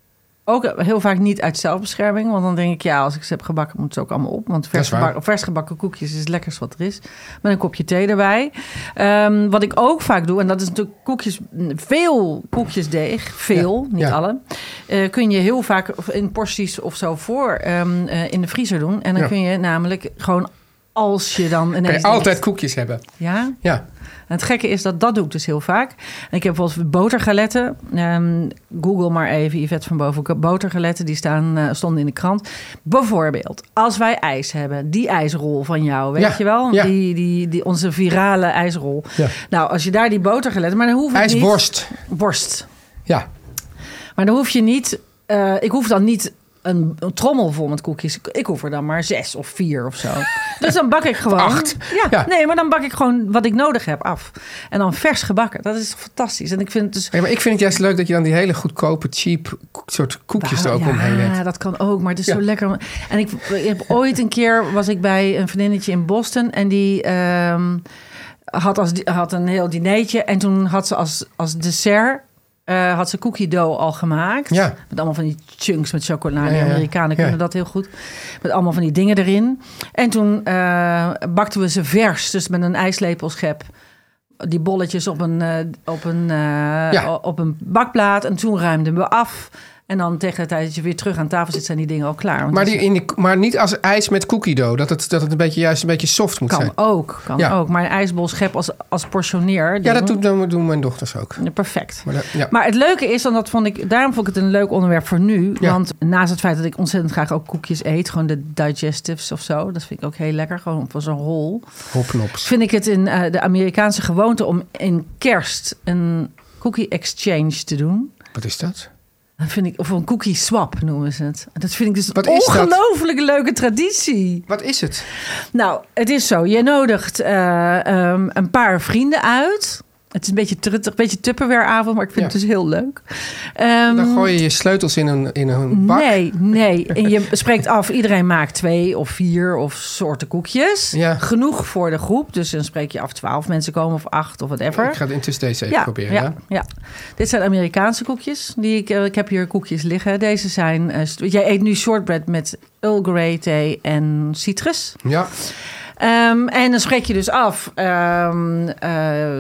ook heel vaak niet uit zelfbescherming. Want dan denk ik, ja, als ik ze heb gebakken... moet ze ook allemaal op. Want vers, gebakken, vers gebakken koekjes is het lekkerst wat er is. Met een kopje thee erbij. Um, wat ik ook vaak doe... en dat is natuurlijk koekjes... veel koekjesdeeg. Veel, ja, niet ja. alle. Uh, kun je heel vaak in porties of zo voor um, uh, in de vriezer doen. En dan ja. kun je namelijk gewoon... als je dan ineens... Kun je altijd denkt, koekjes hebben. Ja? Ja. En het gekke is dat dat doe ik dus heel vaak. En ik heb bijvoorbeeld botergaletten. Um, Google maar even, Yvette van Boven. Botergaletten, die staan, uh, stonden in de krant. Bijvoorbeeld, als wij ijs hebben. Die ijsrol van jou, weet ja, je wel? Ja. Die, die, die, onze virale ijsrol. Ja. Nou, als je daar die botergaletten... Maar dan hoef ik IJsworst. Niet, worst. Ja. Maar dan hoef je niet... Uh, ik hoef dan niet... Een, een trommel vol met koekjes. Ik hoef er dan maar zes of vier of zo. Dus dan bak ik gewoon... Acht. Ja, ja, nee, maar dan bak ik gewoon wat ik nodig heb af. En dan vers gebakken. Dat is fantastisch. En ik vind het dus... Ja, maar ik vind het juist leuk dat je dan die hele goedkope, cheap soort koekjes bah, er ook ja, omheen hebt. Ja, dat kan ook. Maar het is ja. zo lekker. En ik, ik heb ooit een keer... was ik bij een vriendinnetje in Boston. En die... Um, had, als, had een heel dinertje. En toen had ze als, als dessert... Uh, had ze cookie dough al gemaakt. Ja. Met allemaal van die chunks met chocolade. Ja, ja, ja. De Amerikanen kunnen ja. dat heel goed. Met allemaal van die dingen erin. En toen uh, bakten we ze vers. Dus met een ijslepelschep. Die bolletjes op een, uh, op een, uh, ja. op een bakplaat. En toen ruimden we af. En dan tegen de tijd dat je weer terug aan tafel zit... zijn die dingen al klaar. Maar, die in die, maar niet als ijs met cookie dough. Dat het, dat het een beetje, juist een beetje soft moet kan zijn. Ook, kan ja. ook. Maar een ijsbol schep als, als portioneer. Ja, dat doen, dat doen mijn dochters ook. Ja, perfect. Maar, dat, ja. maar het leuke is, dan dat vond ik, daarom vond ik het een leuk onderwerp voor nu. Ja. Want naast het feit dat ik ontzettend graag ook koekjes eet... gewoon de digestives of zo, dat vind ik ook heel lekker. Gewoon voor zo'n rol. Hopknops. Vind ik het in uh, de Amerikaanse gewoonte... om in kerst een cookie exchange te doen. Wat is dat? Dat vind ik, of een cookie swap noemen ze het. Dat vind ik dus een ongelooflijk leuke traditie. Wat is het? Nou, het is zo. Je nodigt uh, um, een paar vrienden uit. Het is een beetje truttig, een beetje Tupperware-avond, maar ik vind ja. het dus heel leuk. Um, Dan gooi je je sleutels in een, in een bak? Nee, nee. En je spreekt af, iedereen maakt twee of vier of soorten koekjes. Ja. Genoeg voor de groep. Dus dan spreek je af twaalf mensen komen of acht of whatever. Ik ga het intussen deze even ja, proberen. Ja, ja? ja, dit zijn Amerikaanse koekjes. Die ik, ik heb hier koekjes liggen. Deze zijn... Uh, jij eet nu shortbread met Earl Grey thee en citrus. Ja. Um, en dan spreek je dus af. Um, uh,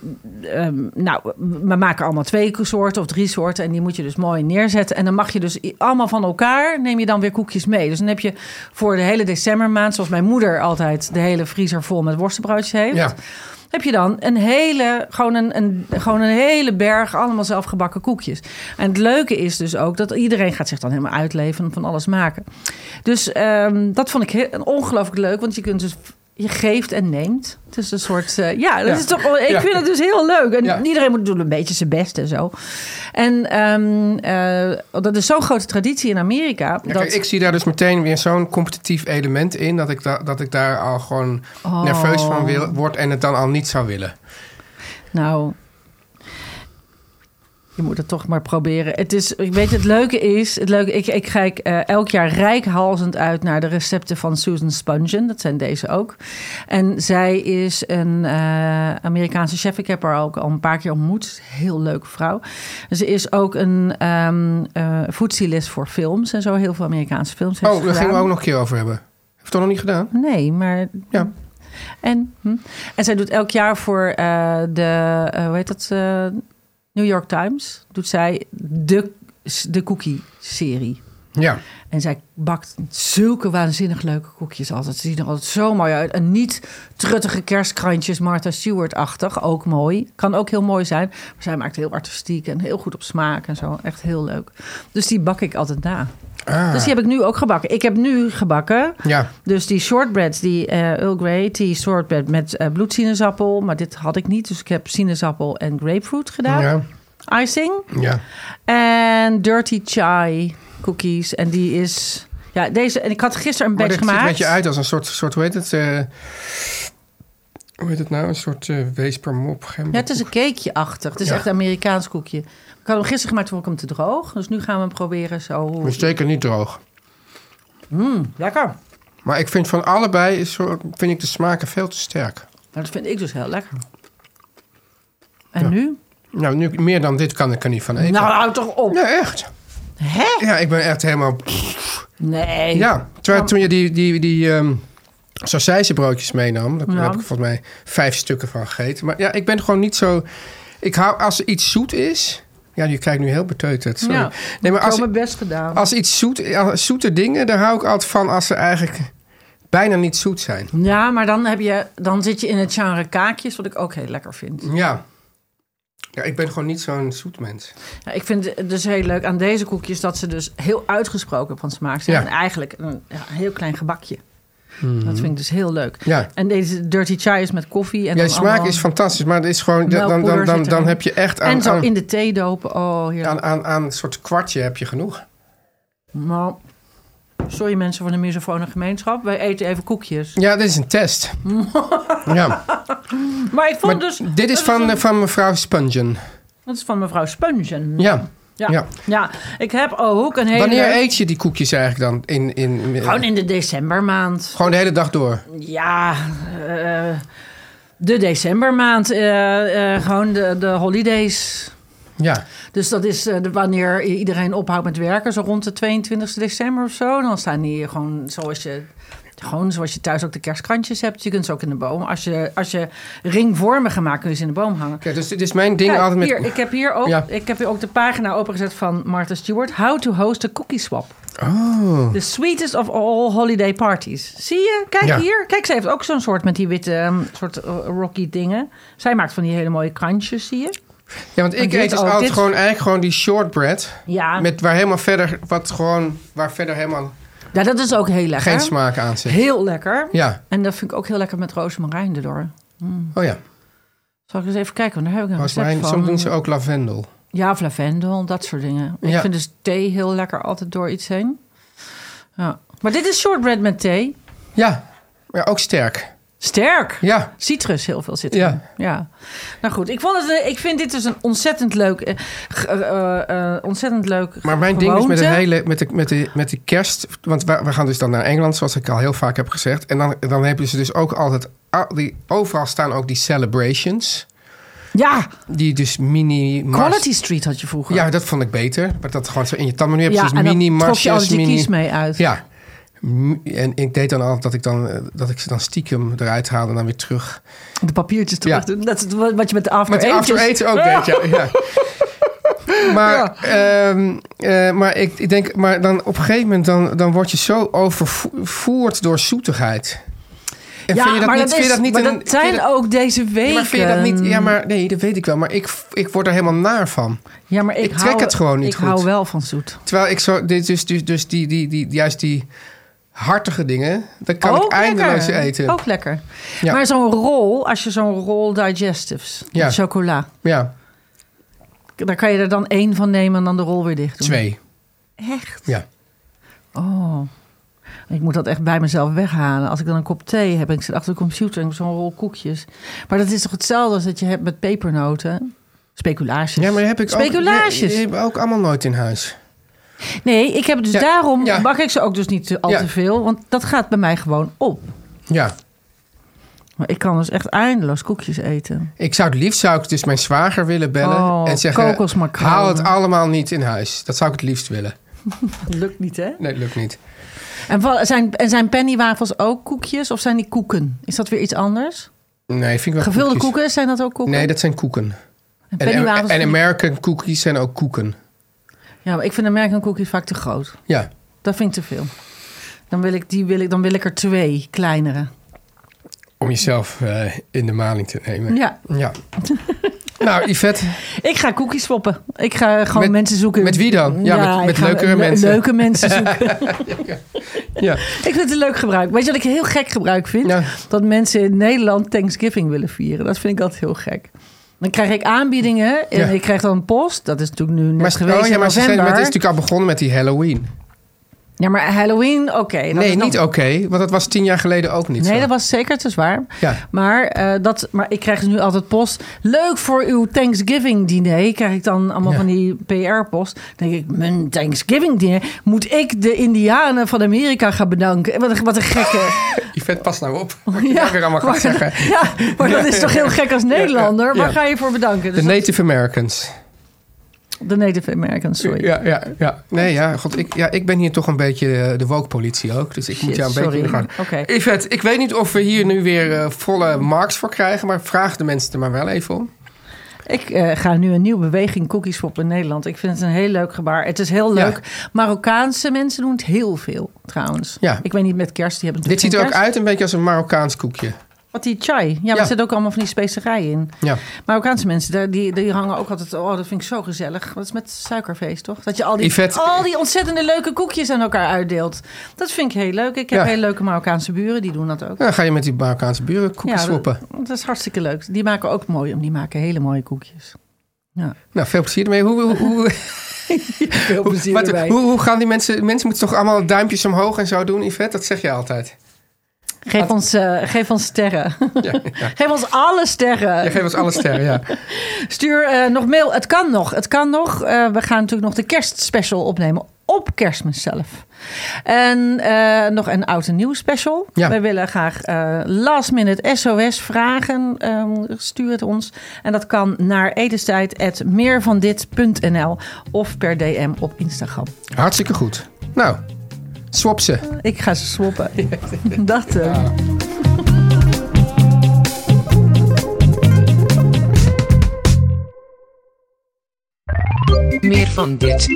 um, nou, we maken allemaal twee soorten of drie soorten. En die moet je dus mooi neerzetten. En dan mag je dus allemaal van elkaar... neem je dan weer koekjes mee. Dus dan heb je voor de hele decembermaand... zoals mijn moeder altijd de hele vriezer vol met worstenbroodjes heeft... Ja. heb je dan een hele, gewoon een, een, gewoon een hele berg allemaal zelfgebakken koekjes. En het leuke is dus ook dat iedereen gaat zich dan helemaal uitleven en van alles maken. Dus um, dat vond ik heel, ongelooflijk leuk, want je kunt dus... Je geeft en neemt. Het is een soort... Uh, ja, dat ja. is toch. Ik ja. vind het dus heel leuk. En ja. iedereen moet doen een beetje zijn best en zo. En um, uh, dat is zo'n grote traditie in Amerika. Ja, dat... kijk, ik zie daar dus meteen weer zo'n competitief element in... dat ik, da- dat ik daar al gewoon oh. nerveus van wil, word... en het dan al niet zou willen. Nou... Je moet het toch maar proberen. Het is, ik weet, het leuke is, het leuke, ik, ik kijk uh, elk jaar reikhalzend uit naar de recepten van Susan Spungen. Dat zijn deze ook. En zij is een uh, Amerikaanse chef. Ik heb haar ook al een paar keer ontmoet. Heel leuke vrouw. Ze is ook een um, uh, foodstylist voor films en zo. Heel veel Amerikaanse films. Oh, daar gingen we ook nog een keer over hebben. Heeft het toch nog niet gedaan? Nee, maar... Ja. En, hm. en zij doet elk jaar voor uh, de, uh, hoe heet dat... Uh, New York Times doet zij de, de cookie-serie. Ja. En zij bakt zulke waanzinnig leuke koekjes altijd. Ze zien er altijd zo mooi uit. En niet truttige kerstkrantjes, Martha Stewart-achtig. Ook mooi. Kan ook heel mooi zijn. Maar zij maakt heel artistiek en heel goed op smaak en zo. Echt heel leuk. Dus die bak ik altijd na. Ah. Dus die heb ik nu ook gebakken. Ik heb nu gebakken. Ja. Dus die shortbreads, die uh, Earl Grey tea shortbread met uh, bloedsinaasappel. Maar dit had ik niet. Dus ik heb sinaasappel en grapefruit gedaan. Ja. Icing. Ja. En dirty chai cookies. En die is... Ja, deze... En ik had gisteren een batch gemaakt. Maar dit ziet een beetje uit als een soort... soort hoe heet het? Uh, hoe heet het nou? Een soort uh, weespermop. Ja, het is een cakeje-achtig. Het is ja. echt een Amerikaans koekje. Ik had hem gisteren gemaakt, vond ik hem te droog. Dus nu gaan we hem proberen zo... Maar zeker niet droog. Mmm, lekker. Maar ik vind van allebei... Is zo, vind ik de smaken veel te sterk. Nou, dat vind ik dus heel lekker. En ja. nu? Nou, nu meer dan dit kan ik er niet van eten. Nou, houd toch op. Nee, echt. Hè? Ja, ik ben echt helemaal... Nee. Ja, terwijl toen je die, die, die um, sausijzenbroodjes meenam... daar ja. heb ik volgens mij vijf stukken van gegeten. Maar ja, ik ben gewoon niet zo... Ik hou, als er iets zoet is... Ja, je kijkt nu heel beteuterd. Sorry. Ja, nee, maar ik als, heb mijn best gedaan. Als iets zoet, als zoete dingen, daar hou ik altijd van als ze eigenlijk bijna niet zoet zijn. Ja, maar dan, heb je, dan zit je in het genre kaakjes, wat ik ook heel lekker vind. Ja. Ja, ik ben gewoon niet zo'n zoet mens. Ja, ik vind het dus heel leuk aan deze koekjes dat ze dus heel uitgesproken van smaak zijn. Ja. En eigenlijk een, ja, een heel klein gebakje. Mm-hmm. Dat vind ik dus heel leuk. Ja. En deze dirty chai is met koffie. En ja, de smaak is fantastisch, maar het is gewoon, dan, dan, dan, dan, dan heb je echt aan... En zo aan, in de thee dopen. Oh, heerlijk. Aan, aan, aan een soort kwartje heb je genoeg. Nou, sorry mensen van de misofone gemeenschap. Wij eten even koekjes. Ja, dit is een test. Ja. Maar ik vond maar dus... Dit is van, een... van mevrouw Spungen. Dat is van mevrouw Spungen. Ja. Ja. Ja. ja, ik heb ook een hele... Wanneer eet je die koekjes eigenlijk dan? In, in, in, Gewoon in de decembermaand. Gewoon de hele dag door? Ja, uh, de decembermaand. Uh, uh, gewoon de, de holidays. Ja. Dus dat is uh, de, wanneer iedereen ophoudt met werken. Zo rond de tweeëntwintigste december of zo. Dan staan die gewoon zoals je... Gewoon zoals je thuis ook de kerstkrantjes hebt. Je kunt ze ook in de boom. Als je, als je ringvormige maakt, kun je ze in de boom hangen. Kijk, dus dit is mijn ding Kijk, altijd met... Hier, ik heb hier ook, ja. ik heb hier ook de pagina opengezet van Martha Stewart. How to host a cookie swap. Oh. The sweetest of all holiday parties. Zie je? Kijk ja. hier. Kijk, ze heeft ook zo'n soort met die witte um, soort uh, rocky dingen. Zij maakt van die hele mooie krantjes, zie je? Ja, want ik eet dus altijd dit... gewoon eigenlijk gewoon die shortbread. Ja. Met waar helemaal verder, wat gewoon, waar verder helemaal... Ja, dat is ook heel lekker. Geen smaak aan zit. Heel lekker. Ja. En dat vind ik ook heel lekker met rozemarijn erdoor. Mm. Oh ja. Zal ik eens even kijken, want daar heb ik een recept van. Soms doen ze ook lavendel. Ja, of lavendel, dat soort dingen. Ja. Ik vind dus thee heel lekker altijd door iets heen. Ja. Maar dit is shortbread met thee. Ja, maar ook sterk. Sterk? Ja. Citrus, heel veel citrus. Ja. ja. Nou goed, ik, vond het, ik vind dit dus een ontzettend leuk... Uh, uh, uh, ontzettend leuk Maar mijn gewoonte. ding is met de hele... Met de, met de, met de kerst... Want we, we gaan dus dan naar Engeland, zoals ik al heel vaak heb gezegd. En dan, dan hebben ze dus ook altijd... Die, overal staan ook die celebrations. Ja. Die dus mini... Quality Street had je vroeger. Ja, dat vond ik beter. Maar dat gewoon zo in je tand. Maar nu heb je ja, dus mini marsjes. Ja, en dan trok je al die kies mee uit. Ja. En ik deed dan altijd dat ik dan dat ik ze dan stiekem eruit haalde en dan weer terug. De papiertjes terug doen. Ja. Dat is wat je met de after met de after eten ook deed, ja. ja. Maar, ja. Um, uh, maar ik, ik denk, maar dan op een gegeven moment dan, dan word je zo overvoerd door zoetigheid. En ja, vind je dat maar niet, dat, vind is, je dat niet maar een, dat zijn dat, ook deze weken. Ja, maar vind je dat niet? Ja, maar nee, dat weet ik wel. Maar ik, ik word er helemaal naar van. Ja, maar ik, ik trek hou, het gewoon niet ik goed. Ik hou wel van zoet. Terwijl ik zo, dus, dus, dus, dus die, die, die, juist die hartige dingen, dat kan ook ik eindeloos lekker. eten. Ook lekker. Ja. Maar zo'n rol, als je zo'n rol digestives, ja. met chocola. Ja. Daar kan je er dan één van nemen en dan de rol weer dicht doen. Twee. Echt? Ja. Oh. Ik moet dat echt bij mezelf weghalen. Als ik dan een kop thee heb en ik zit achter de computer en zo'n rol koekjes. Maar dat is toch hetzelfde als dat je hebt met pepernoten? Speculaasjes. Ja, maar heb ik Speculaasjes. ook, die heb ik ook allemaal nooit in huis. Nee, ik heb dus Ja, daarom ja. bak ik ze ook dus niet al Ja. te veel. Want dat gaat bij mij gewoon op. Ja. Maar ik kan dus echt eindeloos koekjes eten. Ik zou het liefst zou ik dus mijn zwager willen bellen. Oh, en zeggen, kokosmakreel. haal het allemaal niet in huis. Dat zou ik het liefst willen. Dat lukt niet, hè? Nee, dat lukt niet. En wa- zijn, en zijn pennywafels ook koekjes of zijn die koeken? Is dat weer iets anders? Nee, vind ik wel Gevulde koekjes. koeken, zijn dat ook koeken? Nee, dat zijn koeken. En En, pennywafels en vind ik- American cookies zijn ook koeken. Ja, maar ik vind American cookies vaak te groot. Ja. Dat vind ik te veel. Dan wil ik, die wil ik, dan wil ik er twee, kleinere. Om jezelf uh, in de maling te nemen. Ja. Ja. Nou, Yvette. Ik ga koekjes swappen. Ik ga gewoon Met- mensen zoeken. met wie dan? Ja, met- met ik ga leukere le- mensen. Leuke mensen zoeken. Ja. Ik vind het een leuk gebruik. Weet je wat ik heel gek gebruik vind? Ja. Dat mensen in Nederland Thanksgiving willen vieren. Dat vind ik altijd heel gek. Dan krijg ik aanbiedingen en Ja. ik krijg dan post. Dat is natuurlijk nu net Maar, geweest oh, ja, in maar ze zijn, november. maar het is natuurlijk al begonnen met die Halloween. Ja, maar Halloween, oké. Okay, Nee, niet oké. Okay, want dat was tien jaar geleden ook niet Nee, zo. dat was zeker te zwaar. Ja. Maar, uh, dat, maar ik krijg dus nu altijd post. Leuk voor uw Thanksgiving diner. Krijg ik dan allemaal Ja. van die P R-post. Dan denk ik, mijn Thanksgiving diner. Moet ik de Indianen van Amerika gaan bedanken? Wat een, wat een gekke... Yvette, pas nou op. Wat je daar weer allemaal gaat maar, zeggen. Ja, maar dat is toch heel gek als Nederlander? Ja, ja. Waar ga je voor bedanken? De Dus dat- Native Americans. de Native Americans, sorry. Ja, ja, ja. Nee, ja, god, ik, ja, ik ben hier toch een beetje de woke-politie ook. Dus ik Shit, moet jou een sorry. beetje in de gaten. Oké. Yvette, ik weet niet of we hier nu weer uh, volle marks voor krijgen. Maar vraag de mensen er maar wel even om. Ik uh, ga nu een nieuwe beweging cookies swappen in Nederland. Ik vind het een heel leuk gebaar. Het is heel leuk. Ja. Marokkaanse mensen doen het heel veel, trouwens. Ja. Ik weet niet met kerst. Die hebben Dit ziet er ook kerst. uit een beetje als een Marokkaans koekje. Wat die chai. Ja, maar Ja. er zitten ook allemaal van die specerijen in. Ja. Marokkaanse mensen, daar- die, die hangen ook altijd... Oh, dat vind ik zo gezellig. Dat is met suikerfeest, toch? Dat je al die, Yvette- al die ontzettende leuke koekjes aan elkaar uitdeelt. Dat vind ik heel leuk. Ik heb Ja. hele leuke Marokkaanse buren, die doen dat ook. Dan ga je met die Marokkaanse buren koekjes Ja, swappen. dat, dat is hartstikke leuk. Die maken ook mooi, die maken hele mooie koekjes. Ja. Nou, veel plezier ermee. Hoe, hoe, hoe, Veel plezier wat- erbij. hoe, hoe gaan die mensen... Mensen moeten toch allemaal duimpjes omhoog en zo doen, Yvette? Dat zeg je altijd. Geef ons, uh, geef ons sterren. Ja, ja. Geef ons alle sterren. Ja, geef ons alle sterren, ja. Stuur uh, nog mail. Het kan nog. Het kan nog. Uh, we gaan natuurlijk nog de kerstspecial opnemen op Kerstmis zelf. En uh, nog een oud en nieuw special. Ja. Wij willen graag uh, last minute S O S vragen. Um, stuur het ons. En dat kan naar etenstijd apenstaartje meervandit punt n l of per D M op Instagram. Hartstikke goed. Nou, swap ze. Ik ga ze swappen. Dat. Uh. Ja. Meer van dit.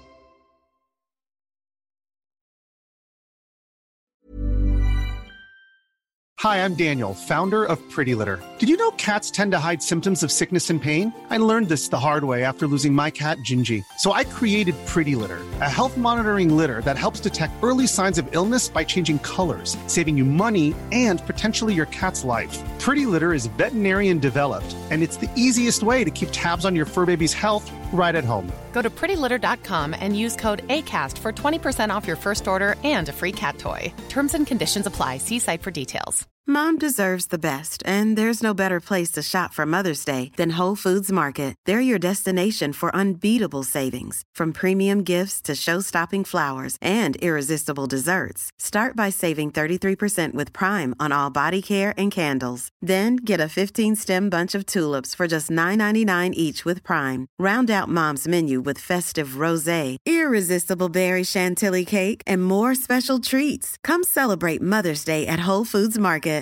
Hi, I'm Daniel, founder of Pretty Litter. Did you know cats tend to hide symptoms of sickness and pain? I learned this the hard way after losing my cat, Gingy. So I created Pretty Litter, a health monitoring litter that helps detect early signs of illness by changing colors, saving you money and potentially your cat's life. Pretty Litter is veterinarian developed, and it's the easiest way to keep tabs on your fur baby's health right at home. Go to pretty litter dot com and use code ACAST for twenty percent off your first order and a free cat toy. Terms and conditions apply. See site for details. Mom deserves the best, and there's no better place to shop for Mother's Day than Whole Foods Market. They're your destination for unbeatable savings, from premium gifts to show-stopping flowers and irresistible desserts. Start by saving thirty-three percent with Prime on all body care and candles. Then get a fifteen-stem bunch of tulips for just nine ninety-nine each with Prime. Round out Mom's menu with festive rosé, irresistible berry chantilly cake, and more special treats. Come celebrate Mother's Day at Whole Foods Market.